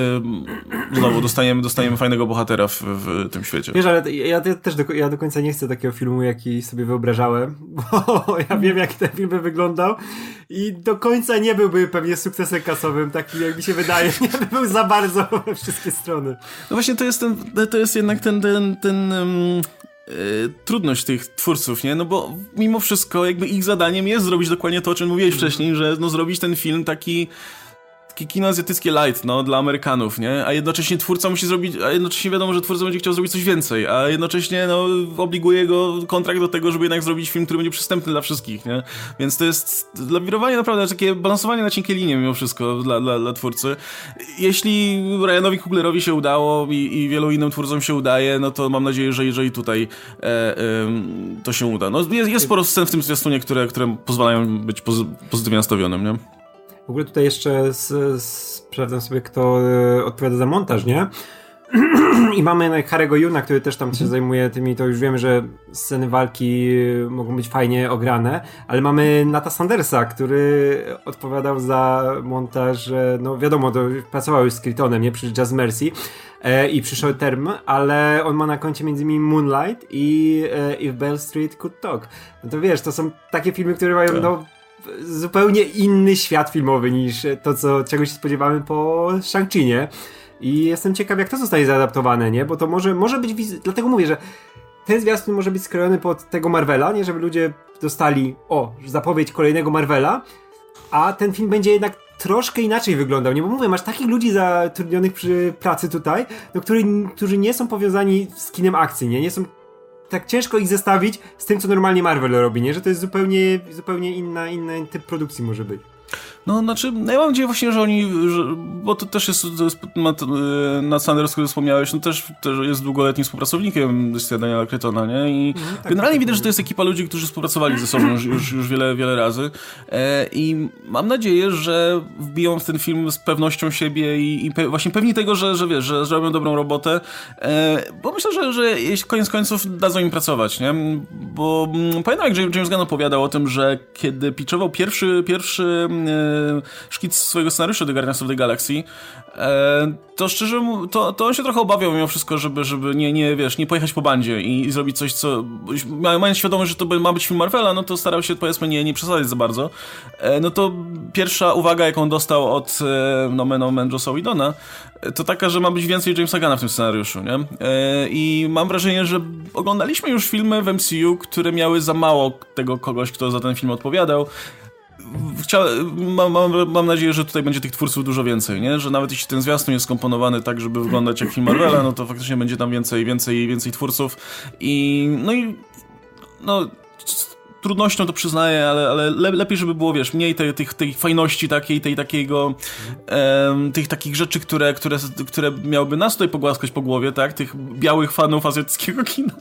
Yy, znowu dostajemy, dostajemy fajnego bohatera w, w tym świecie. Wiesz, ale ja, ja też do, ja do końca nie chcę takiego filmu, jaki sobie wyobrażałem, bo ja wiem, jak ten film by wyglądał i do końca nie byłby pewnie sukcesem kasowym, taki jak mi się wydaje, nie by był za bardzo we wszystkie strony. No właśnie to jest, ten, to jest jednak ten, ten, ten um... Yy, trudność tych twórców, nie? No bo mimo wszystko jakby ich zadaniem jest zrobić dokładnie to, o czym mówiłeś wcześniej, że no zrobić ten film taki takie kino azjatyckie light, no, dla Amerykanów, nie? A jednocześnie twórca musi zrobić, a jednocześnie wiadomo, że twórca będzie chciał zrobić coś więcej, a jednocześnie, no, obliguje go kontrakt do tego, żeby jednak zrobić film, który będzie przystępny dla wszystkich, nie? Więc to jest lawirowanie naprawdę, takie balansowanie na cienkiej linie mimo wszystko dla, dla, dla twórcy. Jeśli Ryanowi Cooglerowi się udało i, i wielu innym twórcom się udaje, no to mam nadzieję, że jeżeli tutaj e, e, to się uda. No, jest, jest sporo scen w tym zwiastunie, które, które pozwalają być pozy- pozytywnie nastawionym, nie? W ogóle tutaj jeszcze z, z, sprawdzam sobie, kto y, odpowiada za montaż, nie? I mamy no, Harry'ego Yuna, który też tam się zajmuje tymi, to już wiemy, że sceny walki mogą być fajnie ograne, ale mamy Nata Sandersa, który odpowiadał za montaż, no wiadomo, to pracował już z Crichtonem, nie? Przy Just Mercy e, i przy Short Term, ale on ma na koncie między innymi Moonlight i e, If Beale Street Could Talk. No to wiesz, to są takie filmy, które mają no, zupełnie inny świat filmowy niż to, co, czego się spodziewamy po Shang-Chi, nie? I jestem ciekaw, jak to zostanie zaadaptowane, nie? Bo to może, może być... Wiz... Dlatego mówię, że ten zwiastun może być skrojony pod tego Marvela, nie? Żeby ludzie dostali, o, zapowiedź kolejnego Marvela, a ten film będzie jednak troszkę inaczej wyglądał, nie? Bo mówię, masz takich ludzi zatrudnionych przy pracy tutaj, no, którzy, którzy nie są powiązani z kinem akcji, nie? Nie są... Tak ciężko ich zestawić z tym, co normalnie Marvel robi, nie? Że to jest zupełnie, zupełnie inna, inny typ produkcji może być. No, znaczy, no ja mam nadzieję właśnie, że oni, że, bo to też jest, to jest na Sanders, który wspomniałeś, no też, też jest długoletnim współpracownikiem Daniela Crichtona, nie? I mm, tak, generalnie tak, widać, tak, że to jest ekipa ludzi, którzy współpracowali ze sobą już, już, już wiele, wiele razy e, i mam nadzieję, że wbiją w ten film z pewnością siebie i, i pe, właśnie pewni tego, że, że wiesz, że, że robią dobrą robotę, e, bo myślę, że, że jeśli koniec końców dadzą im pracować, nie? Bo m, pamiętam, jak James Gunn opowiadał o tym, że kiedy pitchował pierwszy, pierwszy e, szkic swojego scenariusza do Guardians of the Galaxy, e, to szczerze, to, to on się trochę obawiał mimo wszystko, żeby, żeby nie, nie, wiesz, nie pojechać po bandzie i, i zrobić coś, co... Mając świadomość, że to ma być film Marvela, no to starał się, powiedzmy, nie, nie przesadzać za bardzo. E, no to pierwsza uwaga, jaką dostał od e, nomen omen Jossa Whedona, to taka, że ma być więcej Jamesa Gunna w tym scenariuszu, nie? E, I mam wrażenie, że oglądaliśmy już filmy w M C U, które miały za mało tego kogoś, kto za ten film odpowiadał. Chcia, mam, mam, mam nadzieję, że tutaj będzie tych twórców dużo więcej, nie? Że nawet jeśli ten zwiastun jest skomponowany tak, żeby wyglądać jak film Marvela, no to faktycznie będzie tam więcej, więcej, więcej twórców i no i no trudnością to przyznaję, ale, ale le, lepiej, żeby było, wiesz, mniej tej, tej, tej fajności takiej, tej takiego um, tych takich rzeczy, które, które, które miałyby nas tutaj pogłaskać po głowie, tak? Tych białych fanów azjatyckiego kina.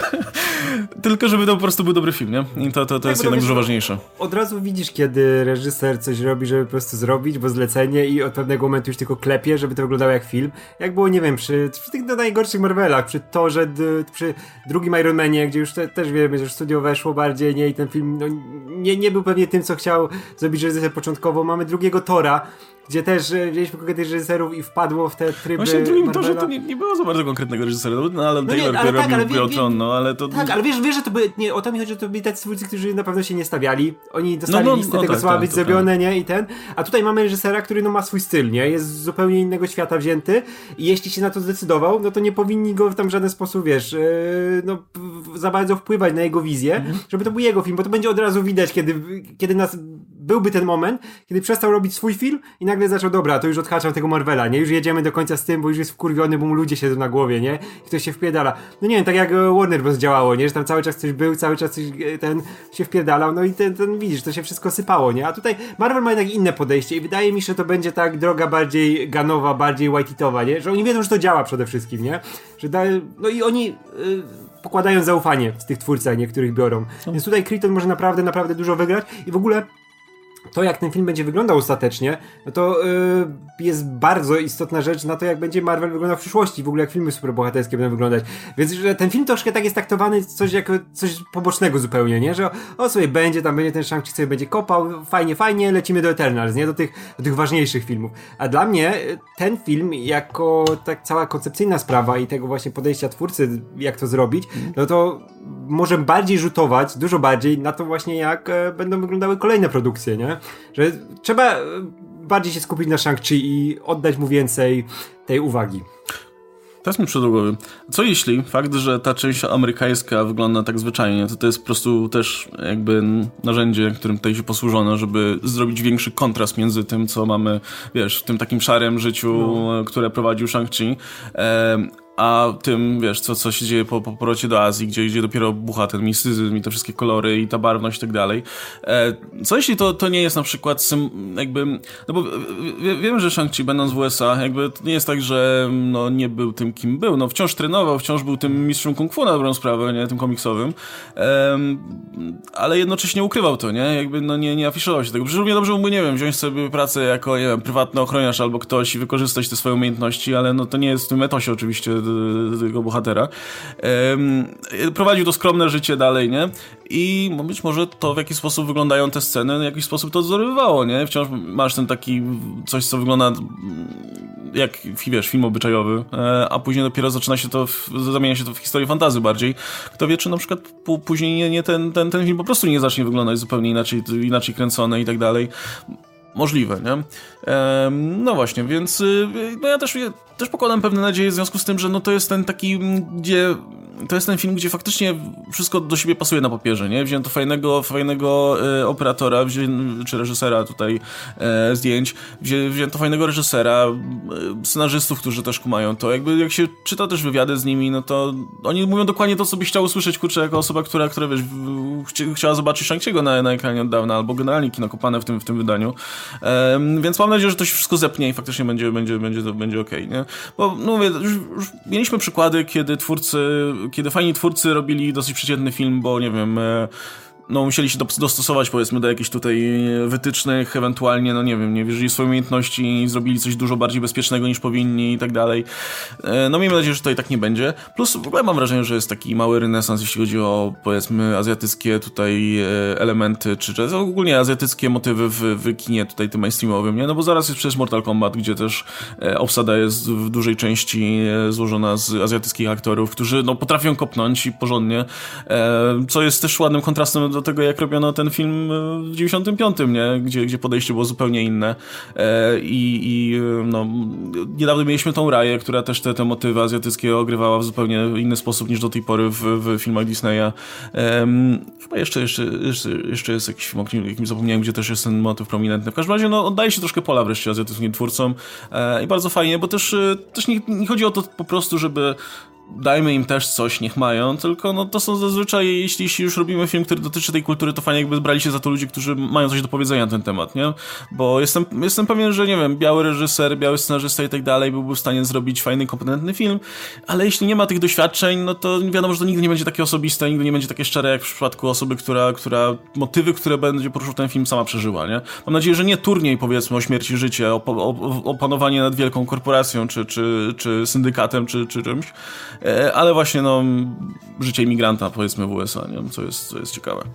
Tylko żeby to po prostu był dobry film, nie? I to, to, to tak, jest jednak dużo ważniejsze. Od razu widzisz, kiedy reżyser coś robi, żeby po prostu zrobić, bo zlecenie i od pewnego momentu już tylko klepie, żeby to wyglądało jak film. Jak było, nie wiem, przy, przy tych najgorszych Marvelach, przy Thorze, przy drugim Iron Manie, gdzie już te, też wiemy, że studio weszło bardziej, nie? I ten film no, nie, nie był pewnie tym, co chciał zrobić reżyser początkowo. Mamy drugiego Thora, gdzie też wzięliśmy konkretnych reżyserów i wpadło w te tryby Właśnie w drugim Marvela. Torze to nie, nie było za bardzo konkretnego reżysera, no ale no Taylor, nie, ale który tak, robił ale wie, Tron, no ale to... Tak, ale wiesz, wiesz, że to by, nie, o to mi chodzi, że to byli tacy twórcy, którzy na pewno się nie stawiali. Oni dostali no, no, listę no, tego, tak, co ma tak, być to zrobione, tak. nie? I ten. A tutaj mamy reżysera, który no ma swój styl, nie? Jest z zupełnie innego świata wzięty i jeśli się na to zdecydował, no to nie powinni go tam w żaden sposób, wiesz, yy, no p- za bardzo wpływać na jego wizję, mhm. żeby to był jego film, bo to będzie od razu widać, kiedy, kiedy nas byłby ten moment, kiedy przestał robić swój film i nagle zaczął, dobra, to już odhaczam tego Marvela, nie? Już jedziemy do końca z tym, bo już jest wkurwiony, bo mu ludzie siedzą na głowie, nie? I ktoś się wpierdala. No nie wiem, tak jak Warner Bros. Działało, nie? Że tam cały czas coś był, cały czas coś ten się wpierdalał, no i ten, ten widzisz, to się wszystko sypało, nie? A tutaj Marvel ma jednak inne podejście i wydaje mi się, że to będzie tak droga bardziej Gunnowa, bardziej Waititowa, nie? Że oni wiedzą, że to działa przede wszystkim, nie? Że da, no i oni yy, pokładają zaufanie w tych twórcach, niektórych biorą. Więc tutaj Crichton może naprawdę, naprawdę dużo wygrać i w ogóle to, jak ten film będzie wyglądał ostatecznie, no to yy, jest bardzo istotna rzecz na to, jak będzie Marvel wyglądał w przyszłości, w ogóle jak filmy superbohaterskie będą wyglądać. Więc że ten film troszkę tak jest traktowany coś jako coś pobocznego zupełnie, nie? Że o sobie będzie, tam będzie ten Shang-Chi sobie będzie kopał, fajnie, fajnie, lecimy do Eternals, nie? Do tych, do tych ważniejszych filmów. A dla mnie ten film, jako tak cała koncepcyjna sprawa i tego właśnie podejścia twórcy, jak to zrobić, no to może bardziej rzutować, dużo bardziej na to właśnie, jak e, będą wyglądały kolejne produkcje, nie? Że trzeba bardziej się skupić na Shang-Chi i oddać mu więcej tej uwagi. Teraz mi przyszło do głowy. Co jeśli fakt, że ta część amerykańska wygląda tak zwyczajnie, to to jest po prostu też jakby narzędzie, którym tutaj się posłużono, żeby zrobić większy kontrast między tym, co mamy, wiesz, w tym takim szarym życiu, no. które prowadził Shang-Chi. E, a tym, wiesz, co, co się dzieje po, po powrocie do Azji, gdzie, gdzie dopiero bucha ten mistycyzm i te wszystkie kolory i ta barwność i tak dalej. Co jeśli to, to nie jest na przykład sym, jakby, no bo wie, wiem, że Shang-Chi będąc w U S A, jakby to nie jest tak, że no nie był tym, kim był, no wciąż trenował, wciąż był tym mistrzem kung fu na dobrą sprawę, nie, tym komiksowym, um, ale jednocześnie ukrywał to, nie, jakby no nie, nie afiszował się tego. Przecież równie dobrze mógłby, nie wiem, wziąć sobie pracę jako, nie wiem, prywatny ochroniarz albo ktoś i wykorzystać te swoje umiejętności, ale no to nie jest w tym etosie oczywiście tego bohatera. Um, prowadził to skromne życie dalej, nie? I być może to, w jaki sposób wyglądają te sceny, w jakiś sposób to odwzorowywało, nie? Wciąż masz ten taki coś, co wygląda jak, wiesz, film obyczajowy, a później dopiero zaczyna się to, w, zamienia się to w historię fantasy bardziej. Kto wie, czy na przykład później nie, nie ten, ten, ten film po prostu nie zacznie wyglądać zupełnie inaczej, inaczej kręcony i tak dalej. Możliwe, nie? Ehm, no właśnie, więc no ja też, ja też pokładam pewne nadzieje w związku z tym, że no to jest ten taki, gdzie to jest ten film, gdzie faktycznie wszystko do siebie pasuje na papierze, nie? Wzięto fajnego, fajnego e, operatora, wzię, czy reżysera tutaj e, zdjęć, wzię, wzięto fajnego reżysera, e, scenarzystów, którzy też kumają to. Jakby jak się czyta też wywiady z nimi, no to oni mówią dokładnie to, co byś chciał usłyszeć, kurczę, jako osoba, która, która wiesz, w, ch chciała zobaczyć Shang-Chi'ego na, na ekranie od dawna, albo generalnie kino kopane w tym, w tym wydaniu. E, więc mam nadzieję, że to się wszystko zepnie i faktycznie będzie, będzie, będzie, będzie okej, nie? Bo, no mówię, już, już mieliśmy przykłady, kiedy twórcy kiedy fajni twórcy robili dosyć przeciętny film, bo nie wiem, no musieli się dostosować powiedzmy do jakichś tutaj wytycznych, ewentualnie, no nie wiem, nie wierzyli w swoje umiejętności i zrobili coś dużo bardziej bezpiecznego niż powinni i tak dalej. No miejmy nadzieję, że to i tak nie będzie. Plus w ogóle mam wrażenie, że jest taki mały renesans, jeśli chodzi o powiedzmy azjatyckie tutaj elementy, czy, czy ogólnie azjatyckie motywy w, w kinie tutaj tym mainstreamowym, nie? No bo zaraz jest przecież Mortal Kombat, gdzie też obsada jest w dużej części złożona z azjatyckich aktorów, którzy no potrafią kopnąć i porządnie, co jest też ładnym kontrastem do tego, jak robiono ten film w dziewięćdziesiątym piątym, nie? Gdzie, gdzie podejście było zupełnie inne. E, i, i no, niedawno mieliśmy tą Raję, która też te, te motywy azjatyckie ogrywała w zupełnie inny sposób niż do tej pory w, w filmach Disneya. E, chyba jeszcze, jeszcze, jeszcze, jeszcze jest jakiś film, o jakim zapomniałem, gdzie też jest ten motyw prominentny. W każdym razie no, oddaje się troszkę pola wreszcie azjatyckim twórcom e, i bardzo fajnie, bo też, też nie, nie chodzi o to po prostu, żeby dajmy im też coś, niech mają, tylko no to są zazwyczaj, jeśli, jeśli już robimy film, który dotyczy tej kultury, to fajnie jakby brali się za to ludzie, którzy mają coś do powiedzenia na ten temat, nie? Bo jestem, jestem pewien, że nie wiem, biały reżyser, biały scenarzysta i tak dalej byłby w stanie zrobić fajny, kompetentny film, ale jeśli nie ma tych doświadczeń, no to wiadomo, że to nigdy nie będzie takie osobiste, nigdy nie będzie takie szczere jak w przypadku osoby, która, która motywy, które będzie poruszył ten film, sama przeżyła, nie? Mam nadzieję, że nie turniej, powiedzmy, o śmierć i życie, o, o, o panowanie nad wielką korporacją, czy, czy, czy syndykatem, czy, czy czymś, ale właśnie no życie imigranta powiedzmy w U S A, nie? Co jest, co jest ciekawe.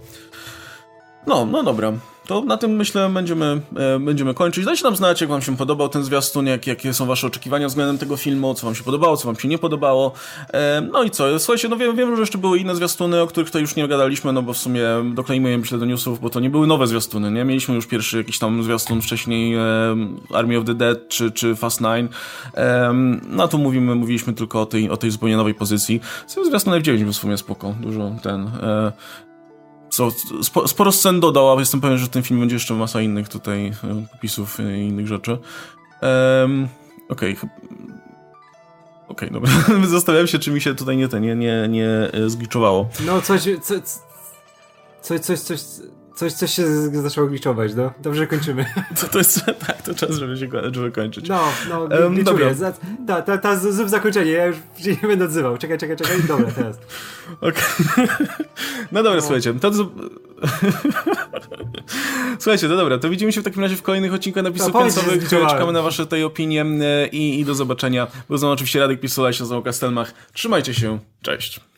No, no dobra. To na tym myślę będziemy, e, będziemy kończyć. Dajcie nam znać, jak wam się podobał ten zwiastun, jak, jakie są wasze oczekiwania względem tego filmu, co wam się podobało, co wam się nie podobało. E, no i co? Słuchajcie, no wiem, wiem, że jeszcze były inne zwiastuny, o których tutaj już nie gadaliśmy, no bo w sumie dokleimy je myślę do newsów, bo to nie były nowe zwiastuny, nie? Mieliśmy już pierwszy jakiś tam zwiastun wcześniej e, Army of the Dead czy, czy Fast Nine. E, no tu mówimy, mówiliśmy tylko o tej, o tej zupełnie nowej pozycji. Zwiastun F dziewięć był w sumie spoko, dużo ten... E, Co, spo, sporo scen dodał, a jestem pewien, że w tym filmie będzie jeszcze masa innych tutaj popisów i innych rzeczy. Um, Okej. Okay. Okej, okay, dobra. Zastanawiam się, czy mi się tutaj nie, te, nie, nie, nie zgliczowało. No coś, co, coś, coś, coś, coś, coś się zaczęło gliczować, no. Dobrze, kończymy. To, to jest, tak, to czas, żeby się żeby kończyć. No, no, um, gliczuję. Ta, ta, ta, zrób zakończenie, ja już się nie będę odzywał. Czekaj, czekaj, czekaj, dobra, teraz. Okej. Okay. No dobra, no. Słuchajcie, to... Słuchajcie, to dobra, to widzimy się w takim razie w kolejnych odcinkach napisów no, końcowych. Czekamy na wasze tej opinie i, i do zobaczenia. Był z nami oczywiście Radek Pisula, się nazywam Kastelmach. Trzymajcie się, cześć.